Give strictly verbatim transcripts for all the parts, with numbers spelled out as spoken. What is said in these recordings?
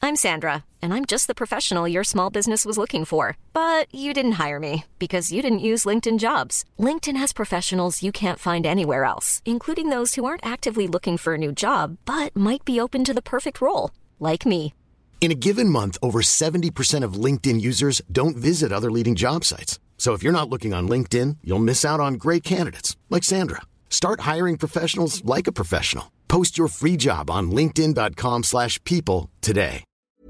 I'm Sandra, and I'm just the professional your small business was looking for. But you didn't hire me because you didn't use LinkedIn Jobs. LinkedIn has professionals you can't find anywhere else, including those who aren't actively looking for a new job, but might be open to the perfect role, like me. In a given month, over seventy percent of LinkedIn users don't visit other leading job sites. So if you're not looking on LinkedIn, you'll miss out on great candidates like Sandra. Start hiring professionals like a professional. Post your free job on linkedin dot com slash people today.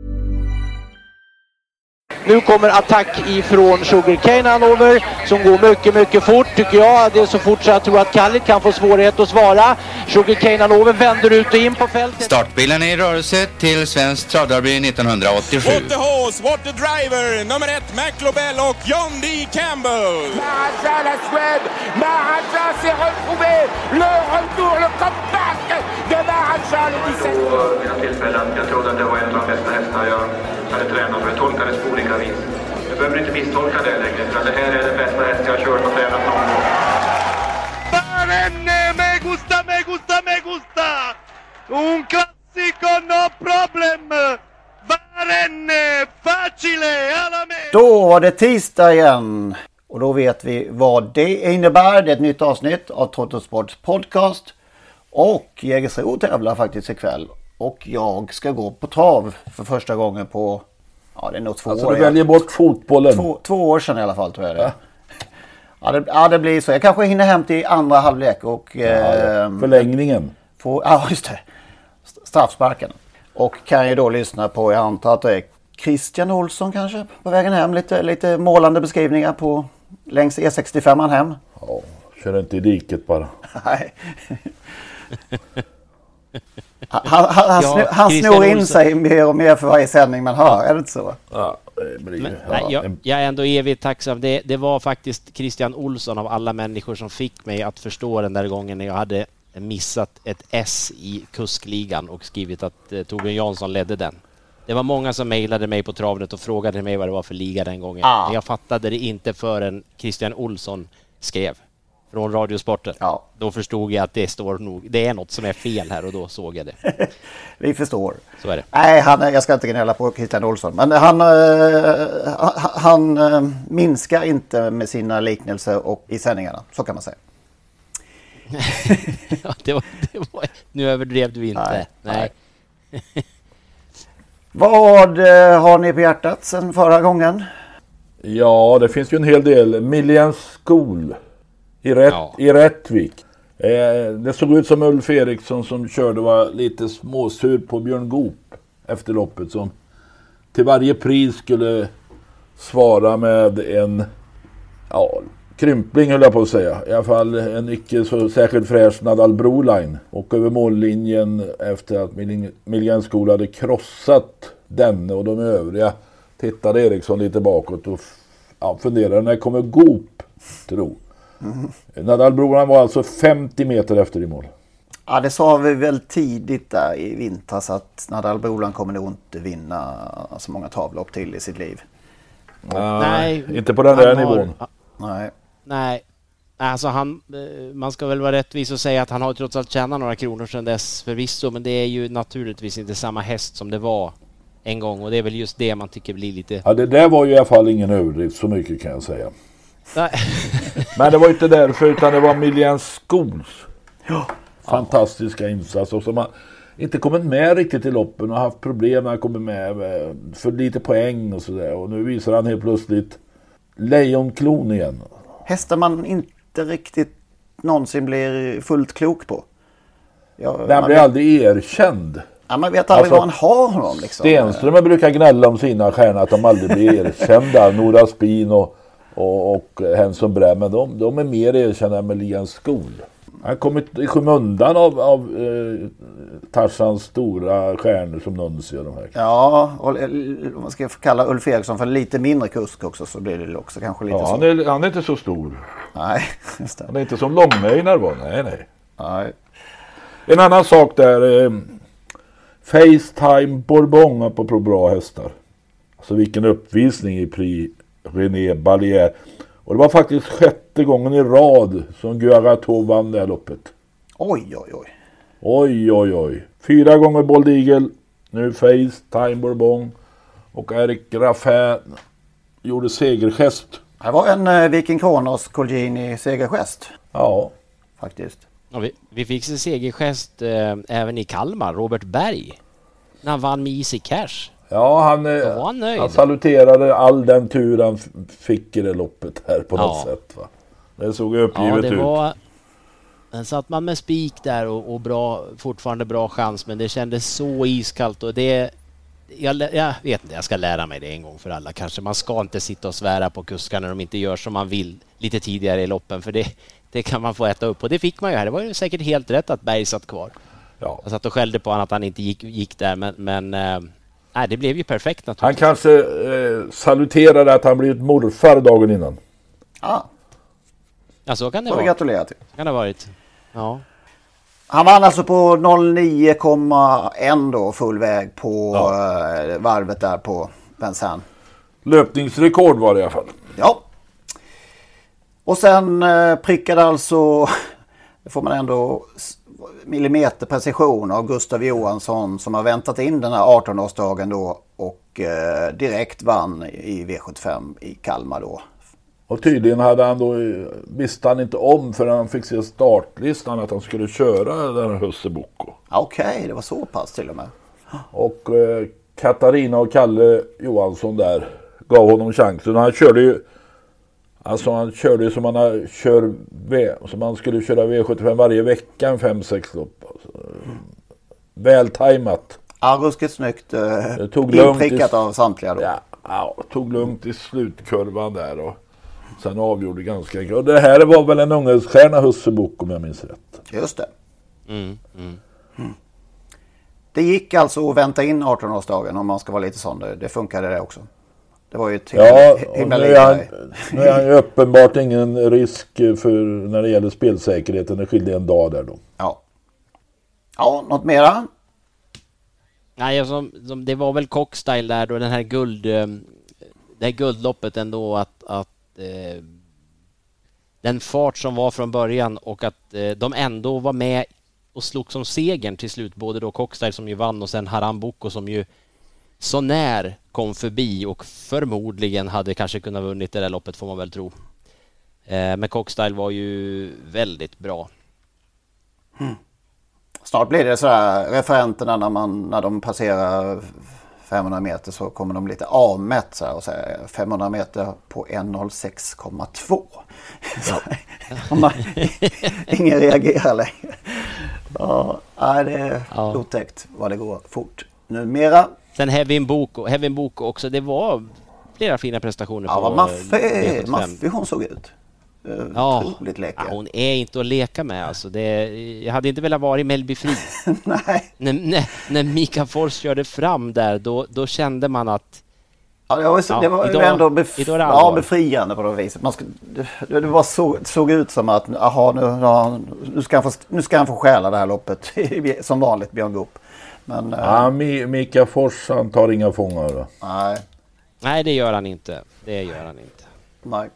Nu kommer attack ifrån Sugarcane Hanover som går mycket, mycket fort tycker jag. Det är så fort så jag tror att Kallit kan få svårighet att svara. Sugarcane Hanover vänder ut och in på fältet. Startbilen är i rörelse till Svensk Travderby nittonhundraåttiosju. What the horse, what the driver, nummer ett McLobel och John D. Campbell. Maharaja la Suède, Maharaja s'est retrouvé, le retour, le comeback de Maharaja le dix-sept. Vid mina tillfällen, jag trodde att det var en av de bästa hästar jag hade tränat för. Jag tolkade det på olika vis. Du behöver inte misstolka det längre, för det här är det bästa häst jag har kört och tränat någon gång. Varenne, me gusta, me gusta, me gusta! Un classico, no problem! Varenne, facile, alla me! Då var det tisdag igen. Och då vet vi vad det innebär. Det är ett nytt avsnitt av Trottosports podcast. Och Jägersro tävlar faktiskt ikväll. Och jag ska gå på trav för första gången på, ja det är nog två alltså, år. Du väljer bort fotbollen? Två, två år sedan i alla fall tror jag det. Ja. Ja, det, ja det blir så. Jag kanske hinner hem till andra halvlek och... Ja, eh, förlängningen. Få, ja just det. Straffsparken. Och kan ju då lyssna på, jag antar att det är Christian Olsson kanske på vägen hem. Lite, lite målande beskrivningar på längs E sextiofem hem. Ja, kör inte i diket bara. Nej. Han, han, han, ja, snor, han snor in Olsson. Sig mer och mer för varje sändning man har, är det inte så? Ja, det blir, men, ja. Nej, jag, jag är ändå evigt tacksam. Det, det var faktiskt Christian Olsson av alla människor som fick mig att förstå den där gången när jag hade missat ett S i kuskligan och skrivit att eh, Torbjörn Jansson ledde den. Det var många som mejlade mig på Travnet och frågade mig vad det var för liga den gången. Ah. Men jag fattade det inte förrän Christian Olsson skrev från Radiosporten. Ja. Då förstod jag att det står nog, det är något som är fel här och då såg jag det. Vi förstår. Så är det. Nej, han, jag ska inte gnälla på Christian Olsson. Men han, uh, han uh, minskar inte med sina liknelser och i sändningarna. Så kan man säga. ja, det var, det var, nu överdrev du inte. Nej. Nej. Vad uh, har ni på hjärtat sen förra gången? Ja, det finns ju en hel del. Millions School. I, rätt, ja. i Rättvik. Eh, det såg ut som Ulf Eriksson som körde var lite småsur på Björn Goop efter loppet som till varje pris skulle svara med en ja, krympling höll jag på att säga. I alla fall en icke så särskilt fräsch Nadal Broline. Och över mållinjen efter att Millions School hade krossat denne och de övriga tittade Eriksson lite bakåt och ja, funderade när kommer Goop tro. Mm. Nadal Broline var alltså femtio meter efter i mål. Ja, det sa vi väl tidigt där i vintras att Nadal Broline kommer nog inte vinna så många travlopp till i sitt liv. Ja, nej, inte på den där har, nivån. Nej. Nej. Alltså han, man ska väl vara rättvis och säga att han har trots allt tjänat några kronor sedan dess förvisso, men det är ju naturligtvis inte samma häst som det var en gång och det är väl just det man tycker blir lite... Ja, det där var ju i alla fall ingen överdrift, så mycket kan jag säga. Men det var inte därför utan det var Millions Schools ja. fantastiska insatser som har inte kommit med riktigt i loppen och haft problem när han kommer med för lite poäng och sådär. Och nu visar han helt plötsligt lejonklon igen. Hästar man inte riktigt någonsin blir fullt klok på. Ja, den blir vet... aldrig erkänd. Ja, man vet aldrig alltså, vad man har honom. Liksom. Stenström brukar gnälla om sina stjärnor att de aldrig blir erkända. Nora Spin och Och, och Henson Brä, men de, de är mer erkända med Millions School. Han kommit i skymundan av, av eh, Tarzans stora stjärnor som Nunzi och de här. Ja, och man ska kalla Ulf Eriksson för lite mindre kusk också så blir det också kanske lite ja, så. Han är, han är inte så stor. Nej, just det. Han är inte som Långmejnar var, nej nej. Nej. En annan sak där, eh, FaceTime Bourbon på bra hästar. Alltså vilken uppvisning i Prix René Ballier. Och det var faktiskt sjätte gången i rad som Guarato vann det här loppet. Oj, oj, oj. Oj, oj, oj. Fyra gånger Bold Eagle. Nu Face, Time Bourbon och Eric Raffin gjorde segergest. Det var en uh, Viking Kronos Colgjini segergest. Ja. Faktiskt. Ja, vi, vi fick se segergest eh, även i Kalmar. Robert Berg. När han vann med Easy Cash. Ja, han, var han, han saluterade all den tur han fick i det loppet här på något ja. sätt. Va? Det såg uppgivet ja, det ut. Var, sen satt man med spik där och, och bra, fortfarande bra chans, men det kändes så iskallt och det jag, jag vet inte, jag ska lära mig det en gång för alla kanske. Man ska inte sitta och svära på kuskar när de inte gör som man vill lite tidigare i loppen, för det, det kan man få äta upp. Och det fick man ju här. Det var ju säkert helt rätt att Berg satt kvar. Ja. Jag satt och skällde på honom att han inte gick, gick där, men, men äh, nej, det blev ju perfekt naturligtvis. Han kanske eh, saluterade att han blivit morfar dagen innan. Ah. Ja, så kan det så vara. Gratulerar till. Kan det ha varit. Ja. Han vann alltså på noll nio komma ett då, full väg på ja. uh, varvet där på Vincennes. Löpningsrekord var det i alla fall. Ja. Och sen uh, prickade alltså, det får man ändå millimeterprecision av Gustav Johansson som har väntat in den här arton-årsdagen då och uh, direkt vann i V sjuttiofem i Kalmar då. Och tydligen hade han då, visste han inte om förrän han fick se startlistan att han skulle köra den här Husse Boko. Okej, okay, det var så pass till och med. Och eh, Katarina och Kalle Johansson där gav honom chansen. Han körde ju alltså han körde ju som han har, kör v, som han skulle köra V sjuttiofem varje vecka en fem sex lopp. Alltså, väl tajmat. Ja, ruskigt snyggt. Det tog inprickat i, av samtliga då. Ja, ja, tog lugnt i slutkurvan där och sen avgjorde ganska grönt. Det här var väl en ungdomsstjärna Husse Boko om jag minns rätt. Just det. Mm, mm. Mm. Det gick alltså att vänta in arton-årsdagen om man ska vara lite sån. Det, det funkade det också. Det var ju ett ja, himla nu är, han, nu är han ju uppenbart ingen risk för när det gäller spelsäkerheten. Det skilde en dag där då. Ja. Ja, något mera? Nej, som, som, det var väl Cockstyle där då, den här guld det här guldloppet ändå att, att eh, den fart som var från början och att eh, de ändå var med och slog som segern till slut, både då Cockstyle som ju vann och sen Haram Boko som ju så när kom förbi och förmodligen hade kanske kunnat vunnit det där loppet får man väl tro. Eh, men Cockstyle var ju väldigt bra. Mm. Snart blir det så här referenterna när, man, när de passerar femhundra meter så kommer de lite avmätt så här och säger femhundra meter på ett noll sex komma två. Ja. Ingen reagerar längre. Ja, det är ja. otäckt vad det går fort. Numera. Sen Heavy Boko, Heavy Boko också, det var flera fina prestationer. Ja, vad maffig, maffig hon såg ut. Ja, leka. Ja, hon är inte att leka med alltså. Det, jag hade inte velat vara i Melby Fri. Nej. När, när, när Mika Fors körde fram där, då, då kände man att ja, det var, ja, det var idag, ändå bef- idag ja, befriande på något vis. Man ska, det, det var så, såg ut som att aha, nu, nu, ska han få, nu ska han få stjäla det här loppet som vanligt Björn Goop. Men ja, äh, Mika Fors han tar inga fångar då. Nej. Nej, det gör han inte. Det gör han inte. Nej.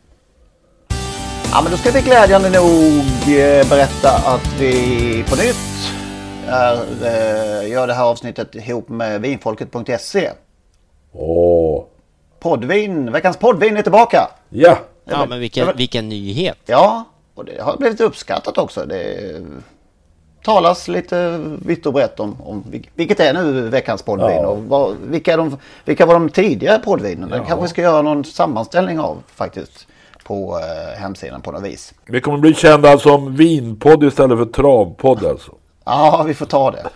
Ja, men då ska vi glädjande nog berätta att vi på nytt är, gör det här avsnittet ihop med vinfolket punkt se. Åh. Poddvin, veckans poddvin är tillbaka. Ja. Ja, men vilken, vilken nyhet. Ja, och det har blivit uppskattat också. Det talas lite vitt och brett om, om vilket är nu veckans poddvin ja. och vad, vilka, är de, vilka var de tidigare poddvinerna. Ja. Kanske vi ska göra någon sammanställning av faktiskt. På eh, hemsidan på något vis. Vi kommer bli kända som vinpodd istället för travpodd alltså. Ja, vi får ta det.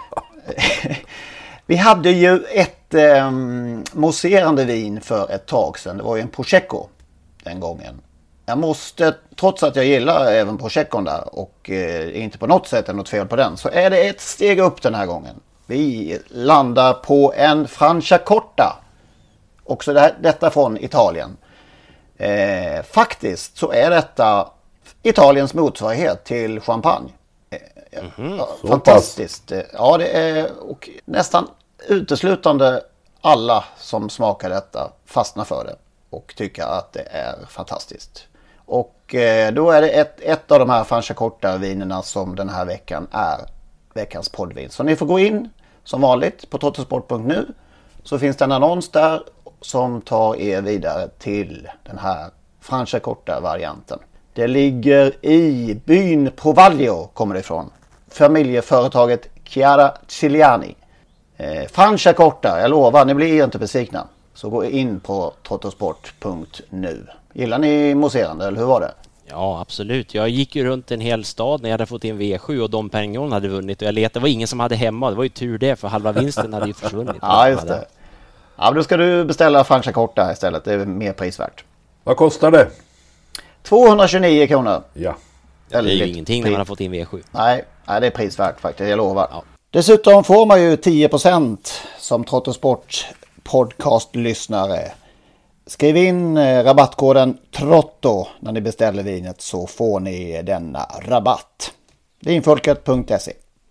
Vi hade ju ett eh, mousserande vin för ett tag sedan. Det var ju en Prosecco den gången. Jag måste, trots att jag gillar även Proseccon där och eh, inte på något sätt är något fel på den, så är det ett steg upp den här gången. Vi landar på en Franciacorta. Också det här, detta från Italien. Eh, faktiskt så är detta Italiens motsvarighet till champagne. Eh, mm-hmm. ja, fantastiskt. Pass. Ja, det är och nästan uteslutande alla som smakar detta fastnar för det och tycker att det är fantastiskt. Och eh, då är det ett, ett av de här Franciacorta vinerna som den här veckan är veckans poddvin. Så ni får gå in som vanligt på trottosport punkt nu så finns det en annons där som tar er vidare till den här Franciacorta varianten. Det ligger i byn Provaglio, kommer det ifrån. Familjeföretaget Chiara Ciliani. Eh, Franciacorta, jag lovar, ni blir inte besvikna. Så gå in på trottosport punkt nu. Gillar ni mousserande, eller hur var det? Ja, absolut. Jag gick ju runt en hel stad när jag hade fått in V sju och de pengarna hade vunnit. Och jag letade, det var ingen som hade hemma. Det var ju tur det, för halva vinsten hade ju försvunnit. Ja, just det. Ja, då ska du beställa Franciacorta istället. Det är mer prisvärt. Vad kostar det? tvåhundratjugonio kronor. Ja. Det är ju ingenting när man har fått in V sju. Nej, nej, det är prisvärt faktiskt, jag lovar. Ja. Dessutom får man ju tio procent som Trottosport podcast-lyssnare. Skriv in rabattkoden TROTTO när ni beställer vinet så får ni denna rabatt. vinfolket punkt se.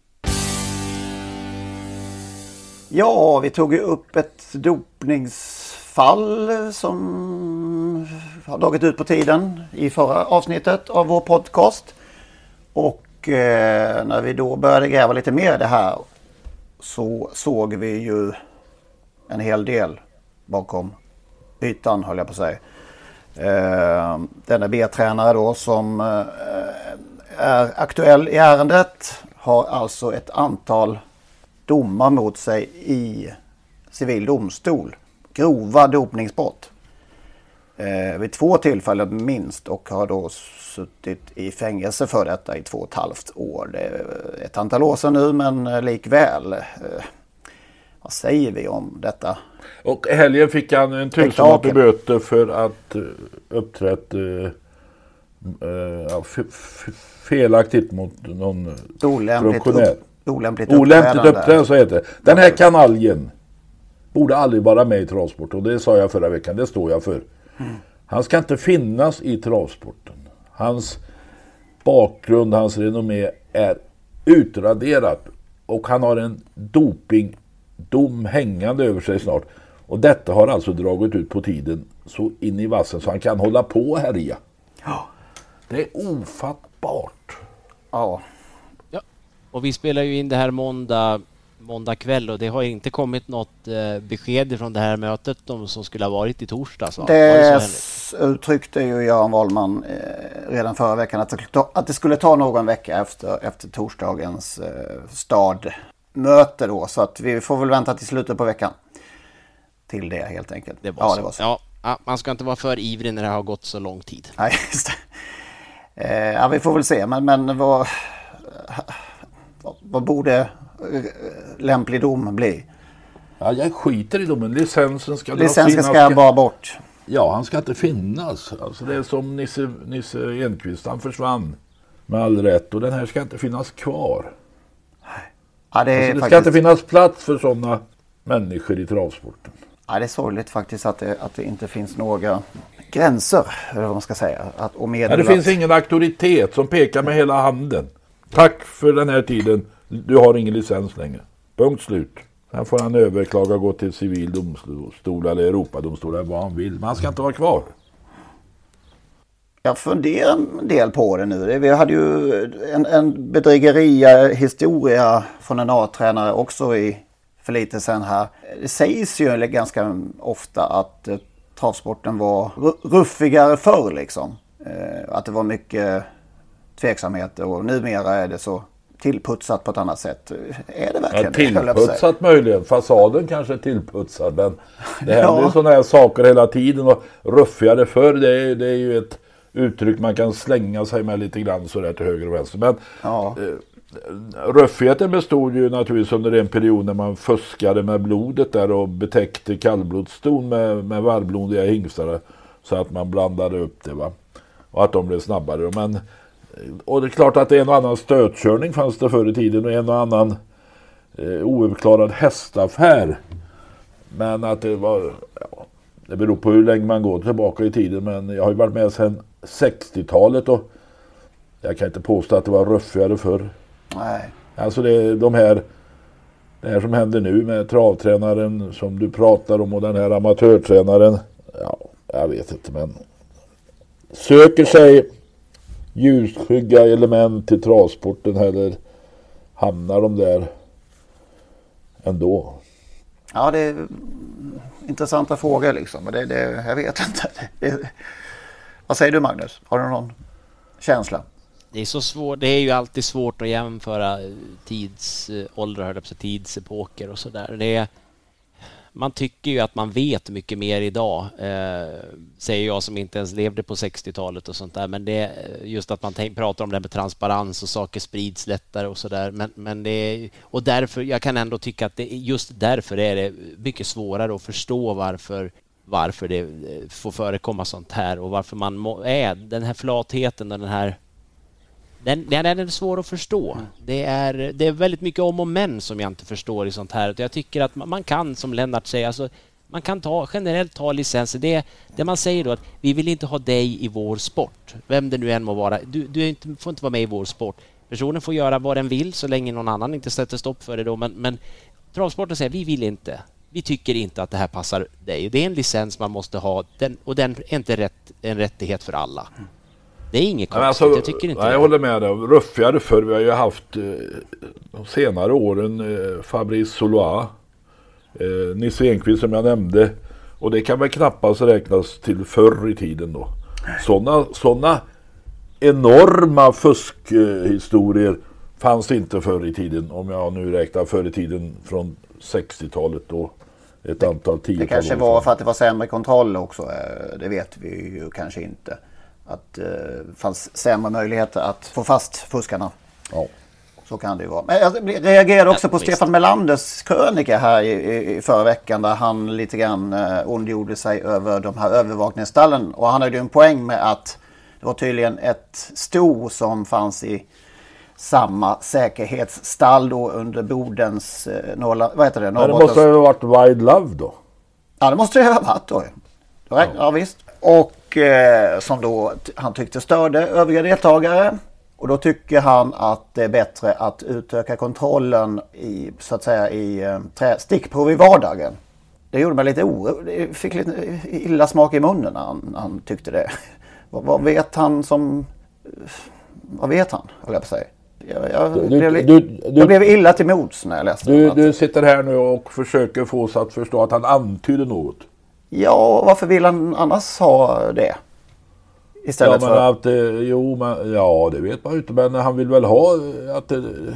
Ja, vi tog ju upp ett dopningsfall som har dragit ut på tiden i förra avsnittet av vår podcast. Och eh, när vi då började gräva lite mer i det här så såg vi ju en hel del bakom ytan, höll jag på att säga. Eh, denna B-tränare då som eh, är aktuell i ärendet har alltså ett antal domar mot sig i civil domstol. Grova dopningsbrott. Eh, vid två tillfällen minst och har då suttit i fängelse för detta i två och ett halvt år. Det är ett antal år sedan nu, men likväl. Eh, vad säger vi om detta? Och helgen fick han en tusenlapp i böter för att uh, uppträtt uh, uh, f- f- felaktigt mot någon olämpligt funktionär. Upp, olämpligt olämpligt uppträdande, så heter det. Den här kanaljen borde aldrig vara med i travsport, och det sa jag förra veckan, det står jag för. Mm. Han ska inte finnas i travsporten. Hans bakgrund, hans renommé är utraderat och han har en dopingdom hängande över sig snart. Och detta har alltså dragit ut på tiden så in i vassen så han kan hålla på och härja. Ja. Det är ofattbart. Ja. Ja. Och vi spelar ju in det här måndag, måndag kväll och det har inte kommit något eh, besked från det här mötet de som skulle ha varit i torsdag. Så. Det, det uttryckte ju Göran Wahlman eh, redan förra veckan att det, att det skulle ta någon vecka efter, efter torsdagens eh, stadmöte då. Så att vi får väl vänta till slutet på veckan. Till det helt enkelt. Det var ja, så. Det var så. Ja, man ska inte vara för ivrig när det har gått så lång tid. Nej, just det. Eh, ja, vi får väl se. Men, men vad, vad borde lämplig dom bli? Ja, jag skiter i domen. Licensen ska Licensen ska ska... bara bort. Ja, han ska inte finnas. Alltså det är som Nisse, Nisse Enqvist. Han försvann med all rätt. Och den här ska inte finnas kvar. Ja, det är alltså, det faktiskt... ska inte finnas plats för sådana människor i travsporten. Ja, det är sorgligt faktiskt att det, att det inte finns några gränser, eller vad man ska säga. Att, och ja, det finns ingen auktoritet som pekar med hela handen. Tack för den här tiden. Du har ingen licens längre. Punkt slut. Sen får han överklaga och gå till civil domstol eller Europadomstol eller vad han vill. Men han ska inte vara kvar. Jag funderar en del på det nu. Vi hade ju en, en bedrägeria historia från en A-tränare också i för lite sen här. Det sägs ju ganska ofta att eh, travsporten var ruffigare förr liksom. Eh, att det var mycket tveksamheter och numera är det så tillputsat på ett annat sätt. Är det verkligen ja, tillputsat det? Möjligen. Fasaden kanske är tillputsad, men det händer ju ja. sådana här saker hela tiden och ruffigare förr, det är, det är ju ett uttryck man kan slänga sig med lite grann så där till höger och vänster. Men ja. eh, ruffigheten bestod ju naturligtvis under en period när man fuskade med blodet där och betäckte kallblodsston med, med varmblodiga hingstar så att man blandade upp det, va? Och att de blev snabbare. Men, och det är klart att en och annan stötkörning fanns det förr i tiden och en och annan eh, ouppklarad hästaffär. Men att det var, ja, det beror på hur länge man går tillbaka i tiden, men jag har ju varit med sedan sextiotalet och jag kan inte påstå att det var ruffigare förr. Nej. Alltså det, de här, det här som händer nu med travtränaren som du pratar om och den här amatörtränaren, ja, jag vet inte, men söker sig ljusskygga element till travsporten eller hamnar de där, ändå. Ja, det är intressanta frågor liksom. Det, det, jag vet inte. Det, vad säger du, Magnus? Har du någon känsla? Det är så svårt. Det är ju alltid svårt att jämföra tidsåldrar, hörde på tidsepoker och sådär. Det är, man tycker ju att man vet mycket mer idag, eh, säger jag som inte ens levde på sextiotalet och sånt där. Men det är just att man tänk, pratar om det med transparens och saker sprids lättare och sådär. Men, men det är, och därför, jag kan ändå tycka att det, just därför är det mycket svårare att förstå varför varför det får förekomma sånt här och varför man må, är den här flatheten och den här Den, den är svår att förstå. Mm. Det, är, det är väldigt mycket om och men som jag inte förstår i sånt här. Jag tycker att man, man kan, som Lennart säger, alltså, man kan ta, generellt ta licenser. Det, det man säger då att vi vill inte ha dig i vår sport. Vem det nu än må vara. Du, du inte, får inte vara med i vår sport. Personen får göra vad den vill så länge någon annan inte sätter stopp för det då. Men, men travsporten säger vi vill inte. Vi tycker inte att det här passar dig. Det är en licens man måste ha den, och den är inte rätt, en rättighet för alla. Mm. Det är inget konstigt, alltså, jag tycker inte nej, det. Jag håller med dig. Ruffigare för vi har ju haft eh, de senare åren eh, Fabrice Solois, eh, Nisse Enqvist som jag nämnde, och det kan väl knappast räknas till förr i tiden då. Sådana såna enorma fuskhistorier eh, fanns inte förr i tiden, om jag nu räknar förr i tiden från sextiotalet då. Ett antal tiotal. Det kanske var för att det var sämre kontroll också, det vet vi ju kanske inte. Att det eh, fanns sämre möjligheter att få fast fuskarna. Ja. Så kan det ju vara. Men jag reagerade också på Stefan Melanders krönika här i, i förra veckan där han lite grann eh, ondgjorde sig över de här övervakningsstallen. Och han hade ju en poäng med att det var tydligen ett sto som fanns i samma säkerhetsstall då under Bodens eh, Norrland, vad heter det? Men det måste ha varit Wild Love då. Ja, det måste det ha varit då. Ja, ja visst. Och eh, som då han tyckte störde övriga deltagare. Och då tycker han att det är bättre att utöka kontrollen i, så att säga, i eh, trä, stickprov i vardagen. Det gjorde mig lite oro. Det fick lite illa smak i munnen när han, han tyckte det. vad, vad vet han som... Vad vet han, håller jag på att säga. Jag, jag, du, blev, du, du, jag blev illa till mods när jag läste du, det. Du sitter här nu och försöker få oss att förstå att han antyder något. Ja, varför vill han annars ha det? Istället ja, men för... att, jo, men, ja, det vet man inte. Men han vill väl ha att,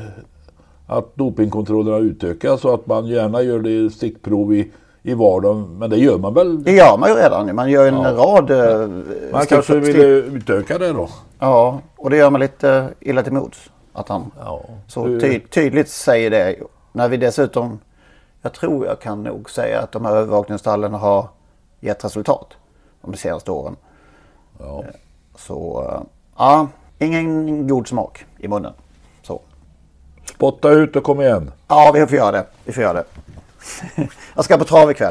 att dopingkontrollerna utökas så att man gärna gör det stickprov i, i vardagen. Men det gör man väl? Det gör man ju redan. Man gör en ja. rad... Man stick, kanske vill stick... utöka det då. Ja, och det gör man lite illa till mods. Att han ja, så du... ty- tydligt säger det. När vi dessutom... Jag tror jag kan nog säga att de här övervakningsstallen har gett resultat de senaste åren. Ja. Så, ja, ingen god smak i munnen. Så. Spotta ut och kom igen. Ja, vi får göra det. Vi får göra det. Jag ska på trav ikväll.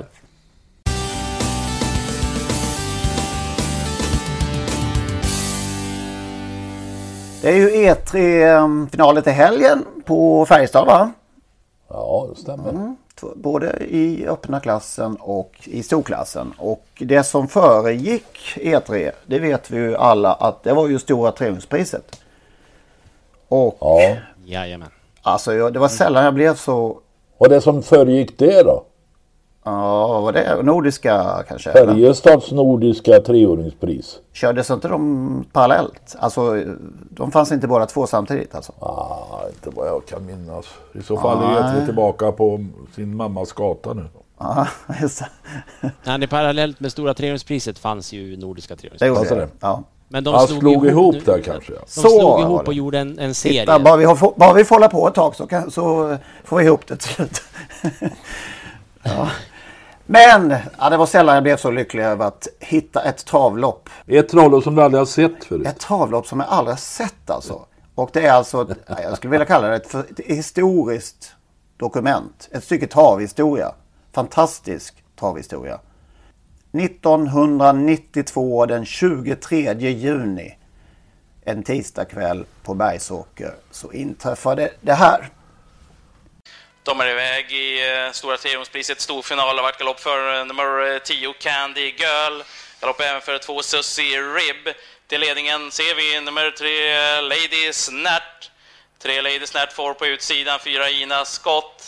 Det är ju E tre-finalet i helgen på Färjestad, va? Ja, det stämmer. Mm. Både i öppna klassen och i storklassen. Och det som föregick E tre, det vet vi ju alla att det var ju stora triumfspriset. Och ja. Jajamän. Alltså det var sällan jag blev så... Och det som föregick det då? Ja, vad var det? Nordiska kanske? Färjestads nordiska treåringspris. Kördes inte de parallellt? Alltså, de fanns inte bara två samtidigt alltså? Ah, inte vad jag kan minnas. I så fall ah. är vi tillbaka på sin mammas gata nu. Ja, just det. Nej, det parallellt med stora treåringspriset fanns ju nordiska treåringspriset. Det var det. Ja. Men de ja, slog, slog ihop, ihop nu, där kanske. Ja. De så slog ihop och gjorde en, en serie. Titta, bara, vi har, bara vi får hålla på ett tag så, kan, så får vi ihop det till slut. Ja. Men ja, det var sällan jag blev så lycklig över att hitta ett travlopp. Ett travlopp som du aldrig har sett förut. Ett travlopp som jag aldrig har sett alltså. Och det är alltså, jag skulle vilja kalla det ett, ett historiskt dokument. Ett stycke travhistoria. Fantastisk travhistoria. nittonhundranittiotvå den tjugotredje juni. En tisdagkväll på Bergsåker så inträffade det här. De är iväg i uh, Stora Triumfspriset. Storfinal har varit galopp för uh, nummer tio Candy Girl. Galopp även för två Susie Rib. Till ledningen ser vi nummer tre uh, Lady Snart. Tre Lady Snart får på utsidan. Fyra Ina Scott.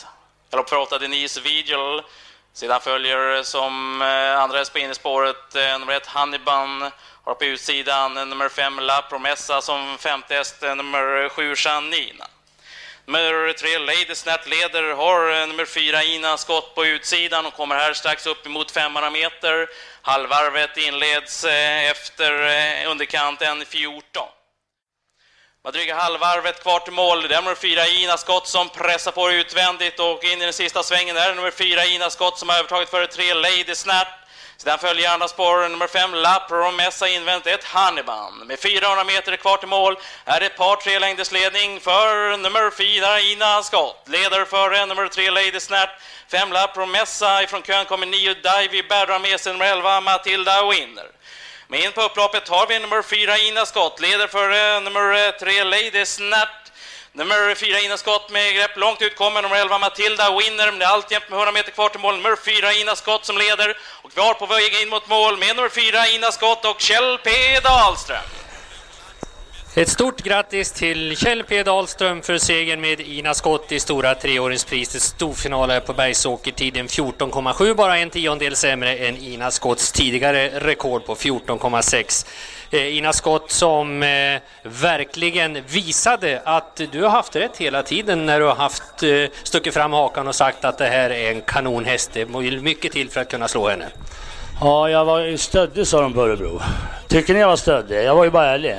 Galopp för åtta Denise Vigil. Sedan följer som eh, andra häst på innerspåret eh, nummer ett Hannibal. Har på utsidan eh, nummer fem La Promessa som femte häst eh, nummer sju Janina. Nummer tre Lady Snart leder, har nummer fyra Ina Skott på utsidan och kommer här strax upp emot femhundra meter. Halvvarvet inleds efter underkanten fjorton. Man dryga halvvarvet kvar till mål. Det är nummer fyra Ina Skott som pressar på utvändigt och in i den sista svängen där är nummer fyra Ina Skott som har övertagit före tre Lady Snart. Sedan följer andra spår nummer fem La Promessa invändigt ett Hannibal. Med fyrahundra meter kvar till mål är det ett par tre längders ledning för nummer fyra Ina Skott. Leder för nummer tre Lady Snart. Fem La Promessa ifrån kön kommer nio Divey bärar med sig nummer elva Matilda Winner. Men in på upploppet har vi nummer fyra Ina Skott. Leder för nummer tre Lady Snart. Nummer fyra Ina Skott med grepp långt ut kommer nummer elva Matilda Winner. Men det är alltjämt med hundra meter kvar till mål. Nummer fyra Ina Skott som leder. Och vi har på väg in mot mål med nummer fyra Ina Skott och Kjell P. Dahlström. Ett stort grattis till Kjell P. Dahlström för segern med Ina Skott i stora treåringspris. Det storfinalen på Bergsåkertiden fjorton komma sju, bara en tiondel sämre än Ina Skotts tidigare rekord på fjorton komma sex. Eh, Ina Skott som eh, verkligen visade att du har haft rätt hela tiden när du har haft eh, stuckit fram hakan och sagt att det här är en kanonhäst. Det må ju mycket till för att kunna slå henne. Ja, jag var ju stöddig, sa de på Örebro. Tycker ni jag var stöddig? Jag var ju bara ärlig.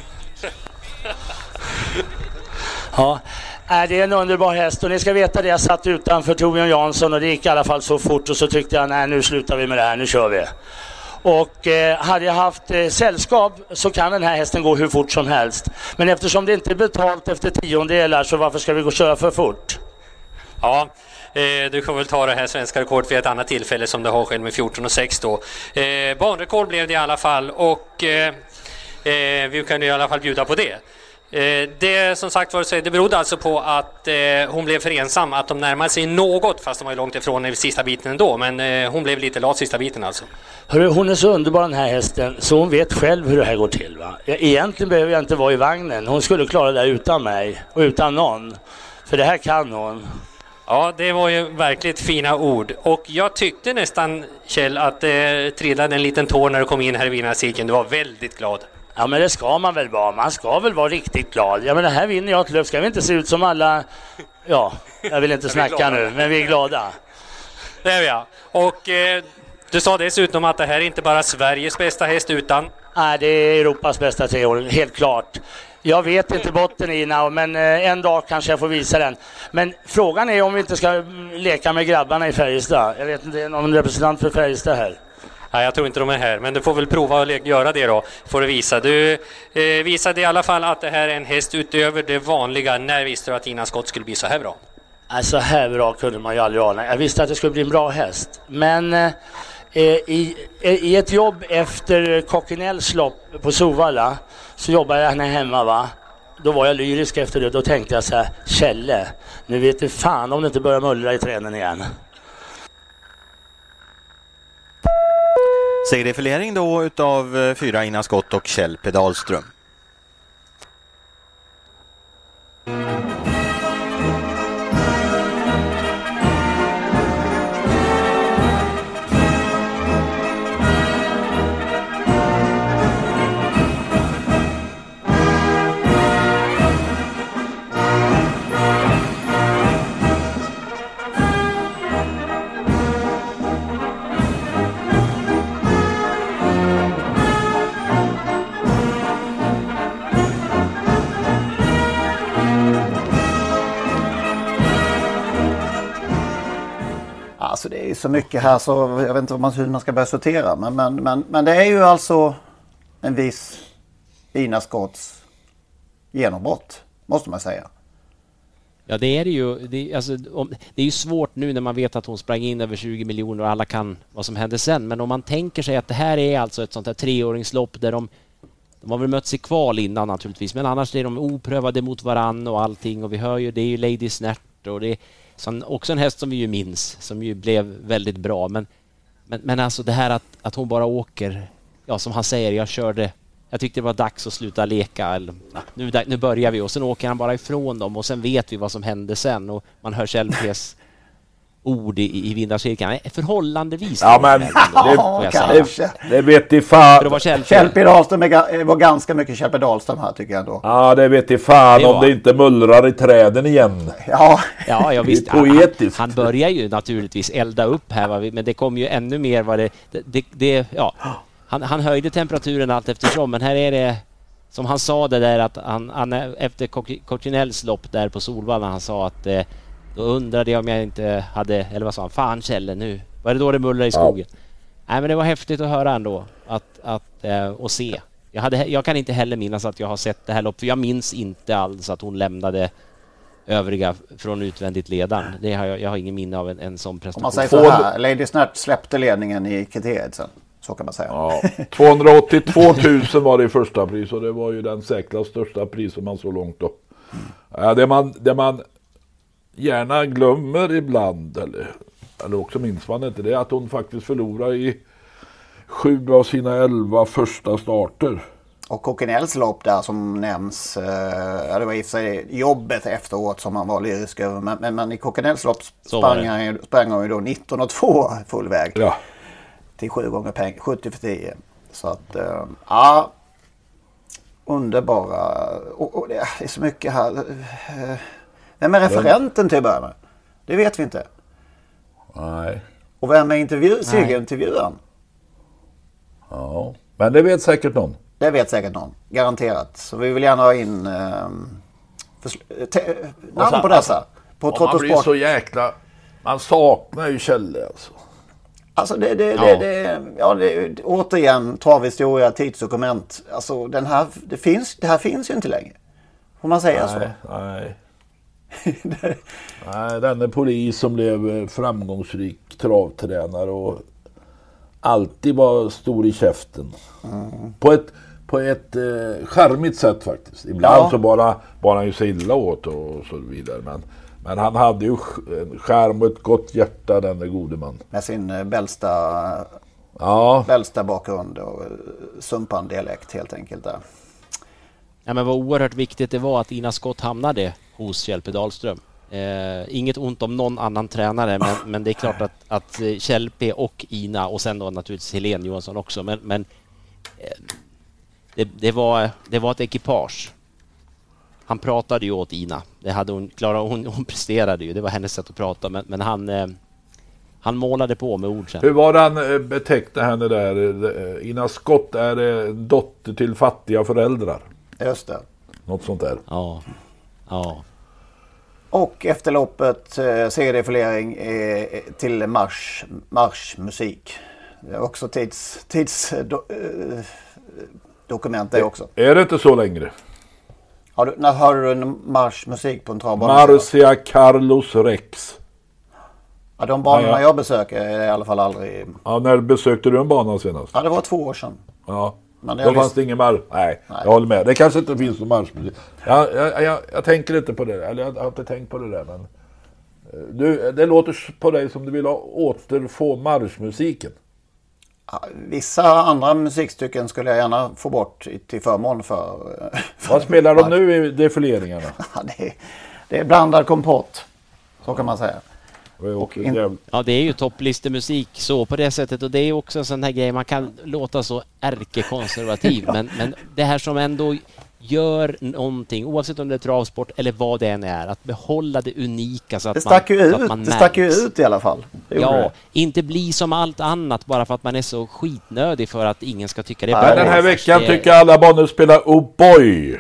Ja, det är en underbar häst och ni ska veta det, jag satt utanför Torbjörn Jansson och det gick i alla fall så fort och så tyckte jag nej, nu slutar vi med det här, nu kör vi. Och eh, hade jag haft eh, sällskap så kan den här hästen gå hur fort som helst. Men eftersom det inte är betalt efter tiondelar så varför ska vi gå och köra för fort? Ja, eh, du får väl ta det här svenska rekordet vid ett annat tillfälle som det har själv med fjorton och sex då. Eh, banrekord blev det i alla fall och eh, Eh, vi kan i alla fall bjuda på det. Eh, det som sagt var, det berodde alltså på att eh, hon blev för ensam, att de närmade sig något, fast de var långt ifrån i sista biten ändå, men eh, hon blev lite lat sista biten alltså. Hörru, hon är så underbar den här hästen så hon vet själv hur det här går till, va? Egentligen behöver jag inte vara i vagnen, hon skulle klara det utan mig och utan någon, för det här kan hon. Ja, det var ju verkligt fina ord. Och jag tyckte nästan, Kjell, att det eh, trillade en liten tår när du kom in här i vinnarcirkeln. Du var väldigt glad. Ja, men det ska man väl vara. Man ska väl vara riktigt glad. Ja, men det här vinner jag ett löp. Ska vi inte se ut som alla... Ja, jag vill inte snacka nu, men vi är glada. Det är vi, ja. Och eh, du sa dessutom att det här är inte bara Sveriges bästa häst utan... Nej, det är Europas bästa treåring, helt klart. Jag vet inte botten i now, men eh, en dag kanske jag får visa den. Men frågan är om vi inte ska leka med grabbarna i Färjestad. Jag vet inte, det är någon representant för Färjestad här. Nej, jag tror inte de är här, men du får väl prova att göra det då, får du visa. Du eh, visade i alla fall att det här är en häst utöver det vanliga. När visste du att Ina Skott skulle bli så här bra? Alltså här bra kunde man ju aldrig ana. Jag visste att det skulle bli en bra häst. Men eh, i, i ett jobb efter Cockinells lopp på Sovalla så jobbade jag här hemma, va? Då var jag lyrisk efter det. Då tänkte jag så här, Kjelle, nu vet du fan om det inte börjar mullra i tränen igen. Segerfilering då utav fyra Ina Skott och Kjell P. Dahlström. Alltså det är så mycket här så jag vet inte hur man, hur man ska börja sortera. Men, men, men, men det är ju alltså en viss Ina Skotts genombrott, måste man säga. Ja, det är det ju. Det är, alltså, om, det är ju svårt nu när man vet att hon sprang in över tjugo miljoner och alla kan vad som hände sen. Men om man tänker sig att det här är alltså ett sånt här treåringslopp där de, de har väl mötts i kval innan naturligtvis. Men annars är de oprövade mot varann och allting. Och vi hör ju, det är ju Lady Snart och det är så också en häst som vi ju minns, som ju blev väldigt bra. Men, men, men alltså det här att, att hon bara åker, ja som han säger, jag körde, jag tyckte det var dags att sluta leka. Eller, ja, nu, nu börjar vi och sen åker han bara ifrån dem och sen vet vi vad som hände sen. Och man hör Kjell P's ord i, i vinnarcirkeln. Förhållandevis. Ja, men ja, det, det vet i fan. Kjellpe Dahlström är, var ganska mycket Kjellpe Dahlström här tycker jag ändå. Ja, det vet i fan det om det inte mullrar i träden igen. Ja, ja jag visst. Han, han börjar ju naturligtvis elda upp här, men det kom ju ännu mer vad det, det, det, det ja. Han, han höjde temperaturen allt eftersom, men här är det som han sa det där att han, han efter Coccinells lopp där på Solvalla, han sa att eh, då undrade jag om jag inte hade, eller vad sa han, fan Kjelle nu, var det då det mullrade i skogen? Ja. Nej, men det var häftigt att höra ändå att, att, eh, och se. Jag, hade, jag kan inte heller minnas att jag har sett det här loppet, för jag minns inte alls att hon lämnade övriga från utvändigt ledan. Det har jag, jag har ingen minne av en, en sån prestation. Om man säger så här, Lady Snart släppte ledningen i kriteriet sen. Så kan man säga. Ja, tvåhundraåttiotvå tusen var det i första pris och det var ju den säkra största priset man så långt upp. Ja, det, man, det man gärna glömmer ibland, eller, eller också minns man inte, det är att hon faktiskt förlorar i sju av sina elva första starter. Och Coccinells lopp där som nämns, eh, det var i sig jobbet efteråt som han var lyrisk över, men, men, men i Coccinells lopp sprang han, sprang han ju då nitton och två full väg. Ja. Till sju gånger pengar, sjuttio för tio. Så att, äh, ja, underbara. Och, och det är så mycket här. Vem är referenten till att börja med? Det vet vi inte. Nej. Och vem är intervju- segerintervjuaren? Ja, men det vet säkert någon. Det vet säkert någon, garanterat. Så vi vill gärna ha in äh, försl- te- namn så, på dessa. Alltså, på Trottosport. Man blir så jäkla... Man saknar ju Kjelle alltså. Alltså det, det, ja. det, det, ja, det, återigen travhistoria, tidsdokument. Alltså den här, det, finns, det här finns ju inte längre. Får man säga nej, så? Nej, det... nej. Den är polis som blev framgångsrik travtränare och alltid var stor i käften. Mm. På ett, på ett eh, charmigt sätt faktiskt. Ibland ja. så bara, bara han ju sig illa åt och så vidare. Men... Men han hade ju en skärm och ett gott hjärta, den där gode man. Med sin Bällsta, ja. Bällsta bakgrund och sumpan dialekt helt enkelt där. Ja, men vad oerhört viktigt det var att Ina Skott hamnade hos Kjellpe Dahlström. Eh, inget ont om någon annan tränare, men, men det är klart att, att Kjellpe och Ina och sen då naturligtvis Helene Johansson också. Men, men eh, det, det, var, det var ett ekipage. Han pratade ju åt Ina. Det hade hon, Klara, hon, hon presterade ju. Det var hennes sätt att prata. Men, men han, eh, han målade på med ord sen. Hur var det han betecknade henne där? Ina Skott är eh, dotter till fattiga föräldrar. Just det. Något sånt där. Ja. Ja. Och efter loppet eh, C D-förläring eh, till marsch, marschmusik. Det är också tids, tids do, eh, dokument det också. Är det inte så längre? Har du, när hör du en marschmusik på en travbana? Marcia Carlos Rex. Ja, de banorna ja, ja. jag besöker är i alla fall aldrig... Ja, när besökte du en bana senast? Ja, det var två år sedan. Ja, men det då fanns lyst... det ingen marsch. Nej, Nej, jag håller med. Det kanske inte finns någon marschmusik. Jag, jag, jag, jag tänker inte på det. Eller jag har inte tänkt på det där, men... Du, det låter på dig som du vill återfå marschmusiken. Ja, vissa andra musikstycken skulle jag gärna få bort till förmån för... för Vad spelar de nu i defileringarna? Ja, det, är, det är blandad kompott. Så kan man säga. Och in... Ja, det är ju topplistemusik så på det sättet. Och det är också en sån här grej, man kan låta så ärkekonservativ. ja. men, men det här som ändå gör någonting, oavsett om det är travsport eller vad det än är, att behålla det unika så att det stack man, ju så ut, att man det stack ju ut i alla fall. Ja, det. Inte bli som allt annat bara för att man är så skitnödig för att ingen ska tycka det är bra. Den här veckan det... tycker alla banor spelar O'boy.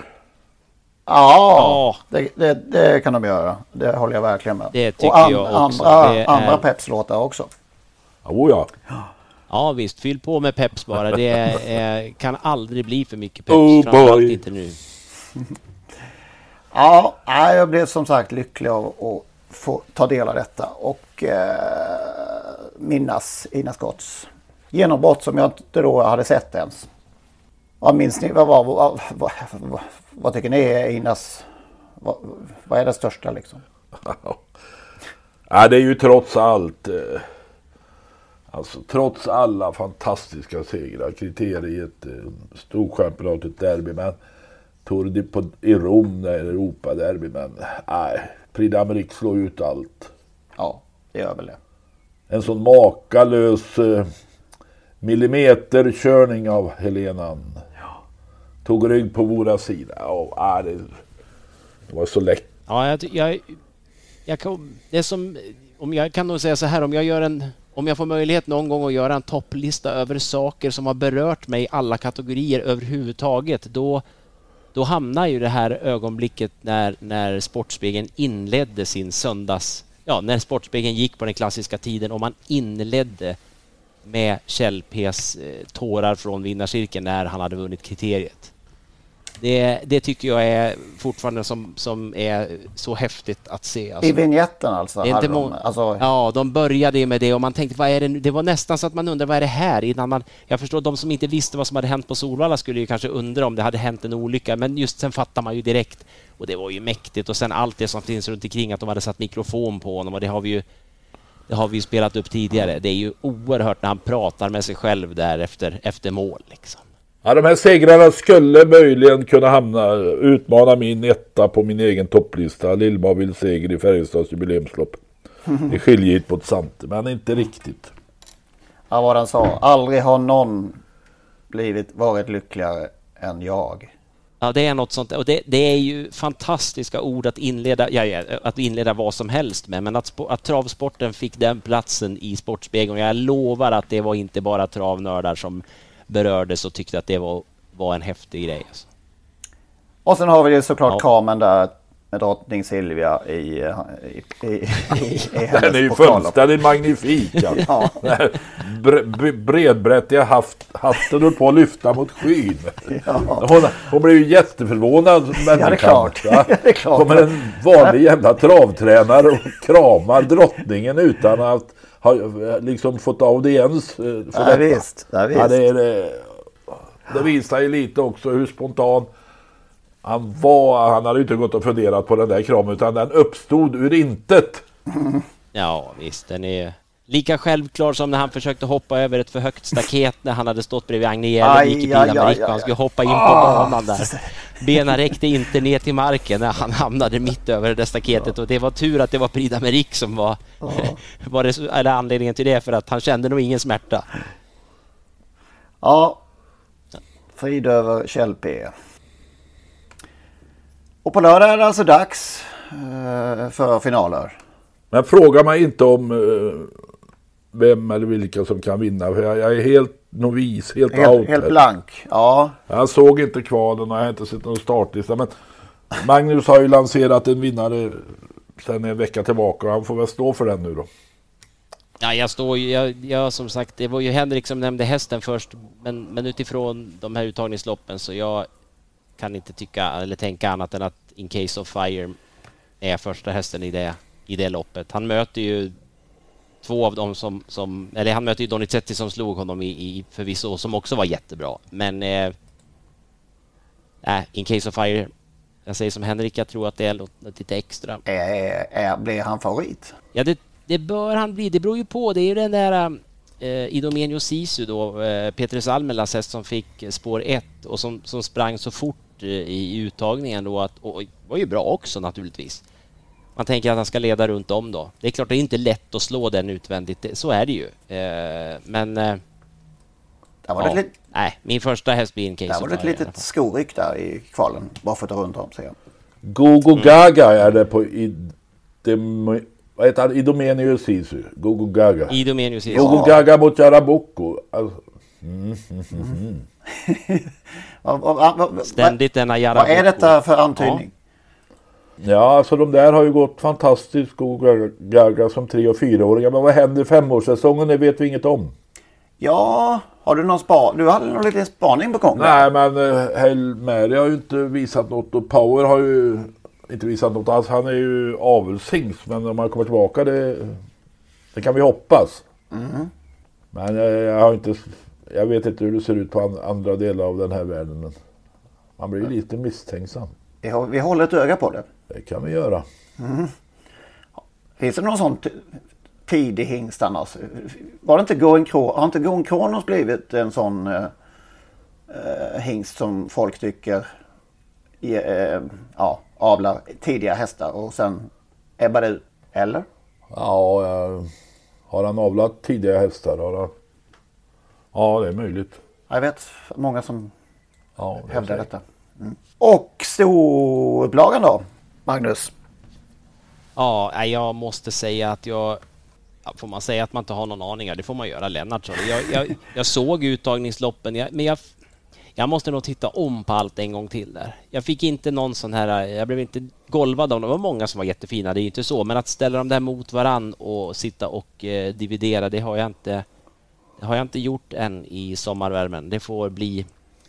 Ja, ja. Det, det, det kan de göra. Det håller jag verkligen med. Det tycker och an, jag också. Andra, det andra är... Peps-låtar också. Oh, ja. Ja visst, fyll på med peps bara. Det är, är, kan aldrig bli för mycket peps. Oh framförallt inte nu. Ja, jag blev som sagt lycklig av att få ta del av detta och eh, minnas Ina Skotts genombrott som jag inte då hade sett ens. Vad minns ni? Vad, vad, vad, vad, vad, vad tycker ni är Inas... Vad, vad är det största liksom? Ja, det är ju trots allt... Eh, alltså trots alla fantastiska segrar, kriteriet, eh, Storchampionatet derby, men Tour de, på, i Rom, där Europa derby, men nej, Prix d'Amérique slår ut allt. Ja. det gör väl det. En sån makalös eh, millimeterkörning av Helenan. Ja. Tog rygg på våra sida. Ja, det, det var så lätt. Ja, jag, jag, jag kan, det är som, om jag kan nog säga så här, om jag gör en, om jag får möjlighet någon gång att göra en topplista över saker som har berört mig i alla kategorier överhuvudtaget, då, då hamnar ju det här ögonblicket när, när Sportspegeln inledde sin söndags, ja, när Sportspegeln gick på den klassiska tiden och man inledde med Kjell P's eh, tårar från vinnarcirkeln när han hade vunnit kriteriet. Det, det tycker jag är fortfarande som, som är så häftigt att se. Alltså. I vignetten alltså? Det är inte de, alltså... Ja, de började med det och man tänkte, vad är det nu? Det var nästan så att man undrar, vad är det här? Innan man, jag förstår, de som inte visste vad som hade hänt på Solvalla skulle ju kanske undra om det hade hänt en olycka, men just sen fattar man ju direkt, och det var ju mäktigt, och sen allt det som finns runt omkring, att de hade satt mikrofon på honom, och det har vi ju det har vi ju spelat upp tidigare. Det är ju oerhört när han pratar med sig själv där efter, efter mål liksom. Ja, de här segrarna skulle möjligen kunna hamna, utmana min etta på min egen topplista. Lillmavils seger i Färjestads jubileumslopp. Det skiljer ju på ett sant, men inte riktigt. Ja, vad han sa. Aldrig har någon blivit, varit lyckligare än jag. Ja, det är något sånt. Och det, det är ju fantastiska ord att inleda, ja, ja, att inleda vad som helst med. Men att, att travsporten fick den platsen i Sportspegeln. Jag lovar att det var inte bara travnördar som berördes och tyckte att det var, var en häftig grej. Alltså. Och sen har vi ju såklart ja. kamen där med drottning Silvia i, i, i, i, i hennes den är ju fullständigt magnifik. Alltså. Ja. Bre, bredbrättiga haft, hatten upp på att lyfta mot skyn. Ja. Hon, hon blev ju jätteförvånad. Ja, det är klart. Ja, det är klart. Kommer en vanlig jävla travtränare och kramar drottningen utan att har liksom fått audiens för ja, detta. Visst, ja, visst. Ja, det, är, det, det visar ju lite också hur spontan han var. Han hade ju inte gått och funderat på den där kramen, utan den uppstod ur intet. Ja, visst. Den är lika självklar som när han försökte hoppa över ett för högt staket när han hade stått bredvid Agnelli och gick i bilen med Rick. Han skulle hoppa in på banan där. Benen räckte inte ner till marken när han hamnade mitt över det där staketet, och det var tur att det var Prida med Rick som var, var det, eller anledningen till det, för att han kände nog ingen smärta. Ja, frid över Kjell P. Och på lördag är det alltså dags uh, för finaler. Men fråga mig inte om uh, vem eller vilka som kan vinna. För jag, jag är helt novis, helt, helt out. Helt blank, ja. Jag såg inte kvalen och jag har inte sett någon startlista. Men Magnus har ju lanserat en vinnare sedan en vecka tillbaka, och han får väl stå för den nu då. Ja, jag står ju, jag, jag som sagt, det var ju Henrik som nämnde hästen först, men, men utifrån de här uttagningsloppen så jag kan inte tycka eller tänka annat än att In Case of Fire är första hästen i det, i det loppet. Han möter ju två av dem som, som eller han möter ju Donizetti som slog honom i, i förvisso, som också var jättebra. Men eh, äh, In Case of Fire, jag säger som Henrik, jag tror att det är något lite extra. Är, är, blir han favorit? Ja, det, det bör han bli. Det beror ju på. Det är ju den där eh, Idomenio Sisu då, eh, Petrus Almelas häst som fick spår ett och som, som sprang så fort eh, i uttagningen då, att, och var ju bra också naturligtvis. Man tänker att han ska leda runt om då. Det är klart, det är inte lätt att slå den utvändigt. Så är det ju. Eh, men eh, var det ja, lite... nej, min första häst blir In Case of Fire. Det var ett litet skoryck där i kvalen. Bara för att runt om sig. Gogo Gaga är det på Idem... Vad heter han? Idomenio Sisu. Gogo Gaga. Idomenio Sisu. Gogo Gaga mot Jarabocco. Alltså. Mm, mm, mm. vad, vad, vad, Ständigt denna Jarabocco. Vad är detta för antydning? Ja. ja, alltså de där har ju gått fantastiskt. Gogo Gaga som tre- och fyraåringar. Men vad händer i femårssäsongen? Det vet vi inget om. Ja, har du någon spa? Du hade någon liten spaning på gång? Nej, men uh, Hail Mary har ju inte visat något, och Power har ju inte visat något alls. Han är ju avelshingst, men om han kommer tillbaka, det, det kan vi hoppas. Mm. Men jag, jag har inte, jag vet inte hur det ser ut på andra delar av den här världen. Men man blir ju lite misstänksam. Vi, har, vi håller ett öga på det. Det kan vi göra. Mm. Finns det någon sån t- tidig hingst annars? Var det inte Going Kronos? Har inte Going Kronos blivit en sån uh, uh, hingst som folk tycker uh, ja, avlar tidiga hästar och sen ebbar det ut? Eller? Ja, jag... har han avlat tidigare hästar? Har han... Ja, det är möjligt. Jag vet många som ja, det hävdar detta. Mm. Och storupplagan då, Magnus? Ja, jag måste säga att jag... Får man säga att man inte har någon aning? Det får man göra, Lennart. Jag, jag, jag såg uttagningsloppen, jag, men jag, jag måste nog titta om på allt en gång till där. Jag fick inte någon sån här... Jag blev inte golvad av dem. Det var många som var jättefina, det är ju inte så. Men att ställa dem där mot varann och sitta och eh, dividera, det har jag inte... Det har jag inte gjort än i sommarvärmen. Det får bli...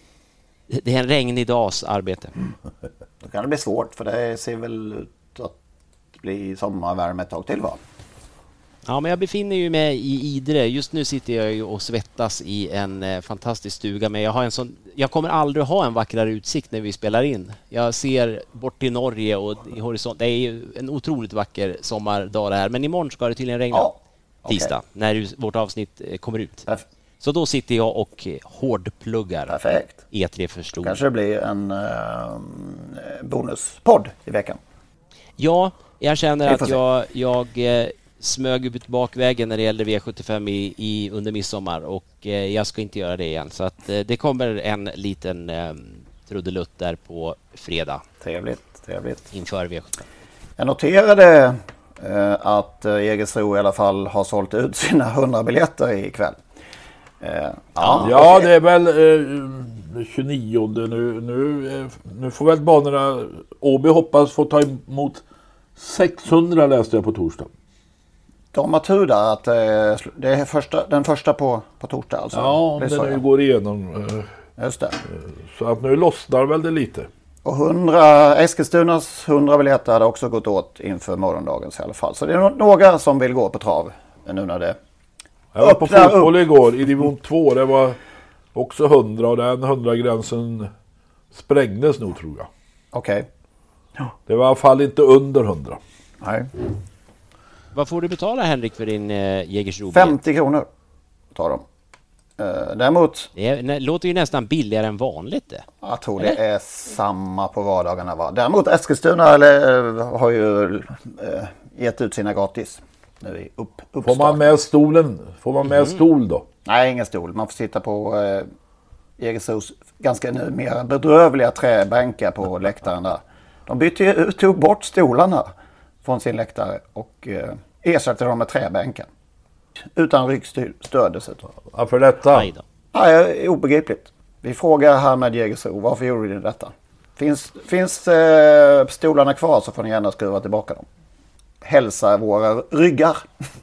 Det är en regnig dags arbete. Då kan det bli svårt, för det ser väl ut att bli sommarvärme ett tag till, va? Ja, men jag befinner ju mig i Idre. Just nu sitter jag ju och svettas i en eh, fantastisk stuga. Men jag har en sån... Jag kommer aldrig ha en vackrare utsikt när vi spelar in. Jag ser bort till Norge och i horisont. Det är ju en otroligt vacker sommardag det här. Men imorgon ska det tydligen regna. Ja. Tisdag, okay. När vårt avsnitt kommer ut. Perf- Så då sitter jag och hårdpluggar. Perfekt. E tre förstod. Kanske det blir en uh, bonuspodd i veckan. Ja, jag känner att jag, jag eh, smög ut bakvägen när det gäller V sjuttiofem i, i under midsommar. Och eh, jag ska inte göra det igen. Så att, eh, det kommer en liten eh, trudelutt där på fredag. Trevligt, trevligt. Inför V sjuttiofem. Jag noterade... Uh, att uh, Jägersro i alla fall har sålt ut sina hundra biljetter ikväll. Uh, ja, ja okay. Det är väl uh, tjugonionde nu. Nu, uh, nu får väl banorna... Åby hoppas få ta emot sexhundra, läste jag på torsdag. De har tur där att uh, det är första, den första på, på torsdag. Alltså. Ja, om det nu går igenom. Uh, Just det. Uh, så att nu lossnar väl det lite. Och hundra, Eskilstunas hundra biljetter hade också gått åt inför morgondagens i alla fall. Så det är några som vill gå på trav nu när det Jag var på fotboll upp. igår i division två. Det var också hundra och den hundra-gränsen sprängdes nog, tror jag. Okej. Okay. Ja. Det var i alla fall inte under hundra. Nej. Vad får du betala, Henrik, för din eh, Jägersro? femtio kronor tar de. Däremot... Det, är, det låter ju nästan billigare än vanligt det. Jag tror eller? Det är samma på vardagarna, va? Däremot Eskilstuna eller, har ju äh, gett ut sina gratis. Nu upp, får man med stolen? Får man med mm. stol då? Nej, ingen stol. Man får sitta på äh, Jägersros ganska nu mer bedrövliga träbänkar på läktaren där. De bytte ju, tog bort stolarna från sin läktare och äh, ersatte dem med träbänkar. Utan ryggstöd dessutom. Ja, för detta? Ja, det är obegripligt. Vi frågar här med Jägersro, varför gjorde ni detta? Finns, finns eh, stolarna kvar så får ni gärna skruva tillbaka dem. Hälsa våra ryggar.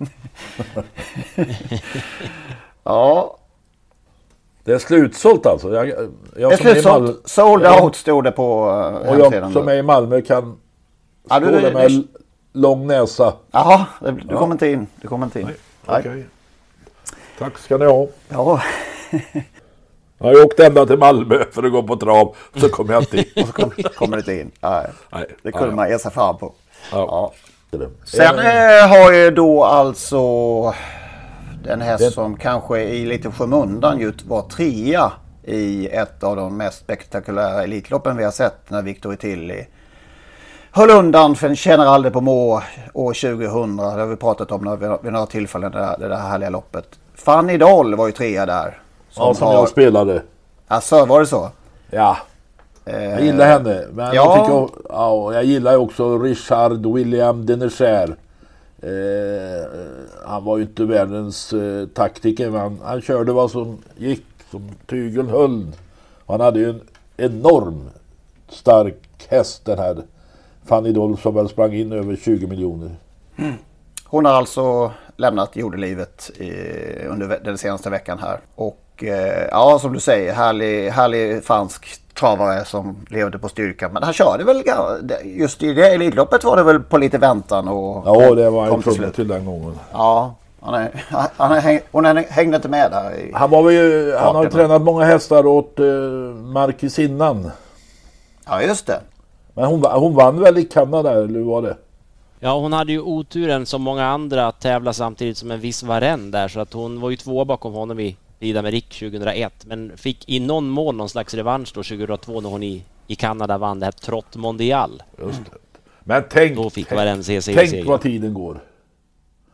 Ja. Det är slutsålt alltså. Jag, jag det är slutsålt. Mal- Sold out stod det på uh, och jag som är i Malmö kan ja, stå du, där med du, lång näsa. Jaha, du ja. kommer inte in. Du kommer inte in. Nej. Okej. Okay. Tack ska ni ha. Ja. Jag har åkt ända till Malmö för att gå på trav. Så kommer jag inte in. Och så kom, kommer inte in. Nej. Nej. Det kunde ja. man ge sig fram på. Ja. Ja. Sen äh, har ju då alltså den häst det... som kanske i lite skymundan just var trea i ett av de mest spektakulära elitloppen vi har sett när Victor Tilly höll undan för en känner aldrig på må år tjugohundra. Det har vi pratat om vid några tillfällen, det där, det där härliga loppet. Fanny Dahl var ju trea där. Som ja, som har... jag spelade. Alltså, var det så? Ja. Jag gillar henne. Men ja. jag, tycker jag, ja, jag gillar också Richard William Denecher. Eh, han var ju inte världens eh, taktiker, men han körde vad som gick, som tygeln höll. Han hade ju en enorm stark häst, den här Fanny Dahl, som väl sprang in över tjugo miljoner. Mm. Hon har alltså lämnat jordelivet i, under den senaste veckan här. Och eh, ja, som du säger, härlig, härlig fransk travare som levde på styrka. Men han körde väl, just i det elitloppet var det väl på lite väntan. Och ja, det var en till, till den gången. Ja, han är, han är, häng, hon hängde inte med där. I han, var ju, han har ju tränat många hästar åt eh, Markisinnan. Ja, just det. Men hon, hon vann väl i Kanada, eller var det? Ja, hon hade ju oturen som många andra att tävla samtidigt som en viss Varenne där. Så att hon var ju två bakom honom i Lida med Rick tjugohundraett. Men fick i någon mån någon slags revansch då tjugohundratvå när hon i, i Kanada vann det här Trot Mondial. Just det. Men tänk, då fick Varenne se sig tänk vad tiden går.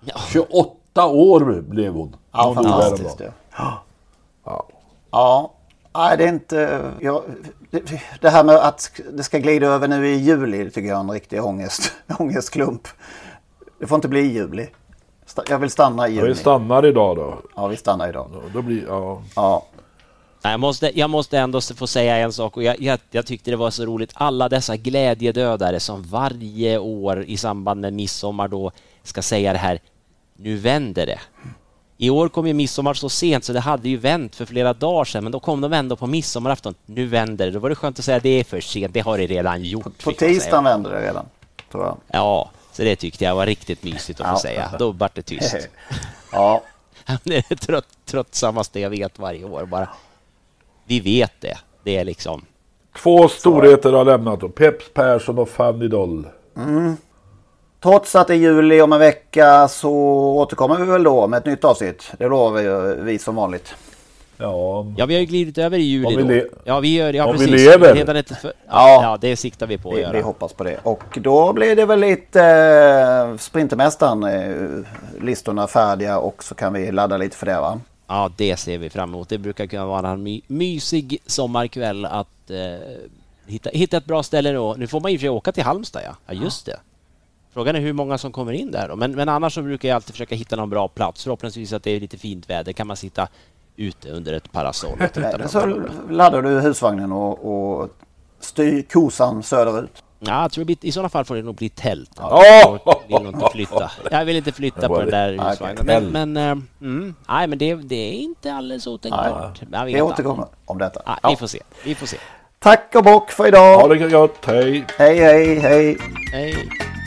Ja. tjugoåtta år blev hon. Ja, hon fantastiskt. Det. Ja. Ja. Ja. Nej, det är inte... Ja, det, det här med att det ska glida över nu i juli tycker jag är en riktig ångest, ångestklump. Det får inte bli i juli. Jag vill stanna i juni. Ja, vi stannar idag då. Ja, vi stannar idag. Ja, då blir, ja. Ja. Jag måste, jag måste ändå få säga en sak och jag, jag, jag tyckte det var så roligt. Alla dessa glädjedödare som varje år i samband med midsommar då ska säga det här, nu vänder det. I år kom ju midsommar så sent så det hade ju vänt för flera dagar sedan, men då kom de ändå på midsommarafton. Nu vänder det. Då var det skönt att säga att det är för sent. Det har det redan gjort. På, på tisdagen vänder det redan, tror jag. Ja, så det tyckte jag var riktigt mysigt att få ja. säga. Då var det tyst. Ja. Det är det trött, tröttsammaste jag vet varje år. Bara, vi vet det. Det är liksom... Två storheter har lämnat då. Peps Persson och Fanny Doll. Mm. Trots att det är juli om en vecka så återkommer vi väl då med ett nytt avsnitt. Det lovar vi, vi som vanligt. Ja. ja, vi har ju glidit över i juli om vi då. Ja, vi gör ja, om precis. vi lever. Redan ett för... ja, ja, det siktar vi på att vi, göra. Vi hoppas på det. Och då blir det väl lite eh, Sprintermästaren eh, listorna färdiga och så kan vi ladda lite för det, va? Ja, det ser vi fram emot. Det brukar kunna vara en my- mysig sommarkväll att eh, hitta, hitta ett bra ställe då. Nu får man ju för åka till Halmstad, ja. Ja, just det. Frågan är hur många som kommer in där då. Men, men annars så brukar jag alltid försöka hitta någon bra plats. Förhoppningsvis att det är lite fint väder. Kan man sitta ute under ett parasoll och titta på. Så laddar du husvagnen och, och styr kosan söderut. Ja, jag tror i sådana fall får det nog bli tält. Ja. Jag vill inte flytta. Jag vill inte flytta på den där husvagnen. Men, men, äh, mm, nej, men det, det är inte alldeles otänkbart. Ja, vi återkommer om detta. Ja, ja. Vi får se. Vi får se. Tack och bock för idag. Ha det gott. Hej. Hej, hej, hej. Hej.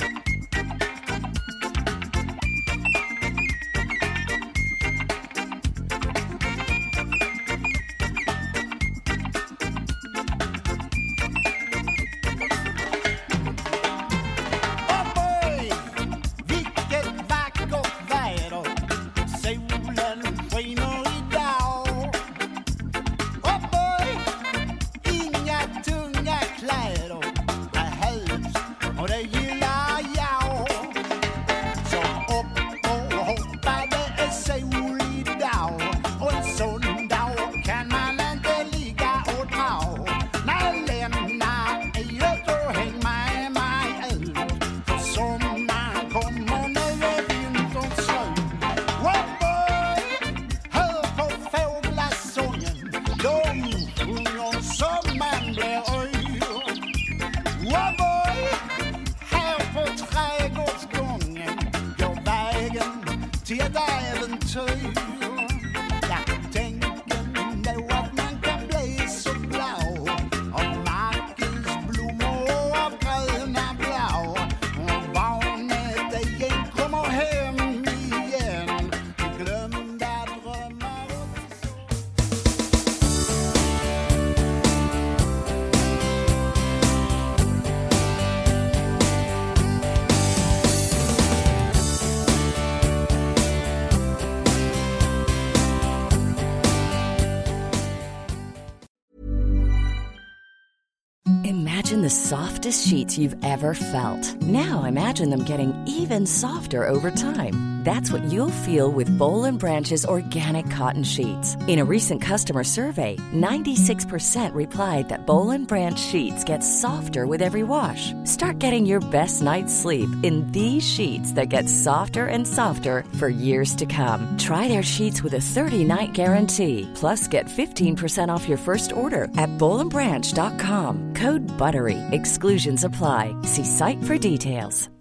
Imagine the softest sheets you've ever felt. Now imagine them getting even softer over time. That's what you'll feel with Boll and Branch's organic cotton sheets. In a recent customer survey, ninety-six percent replied that Boll and Branch sheets get softer with every wash. Start getting your best night's sleep in these sheets that get softer and softer for years to come. Try their sheets with a thirty-night guarantee. Plus, get fifteen percent off your first order at boll and branch dot com. Code BUTTERY. Exclusions apply. See site for details.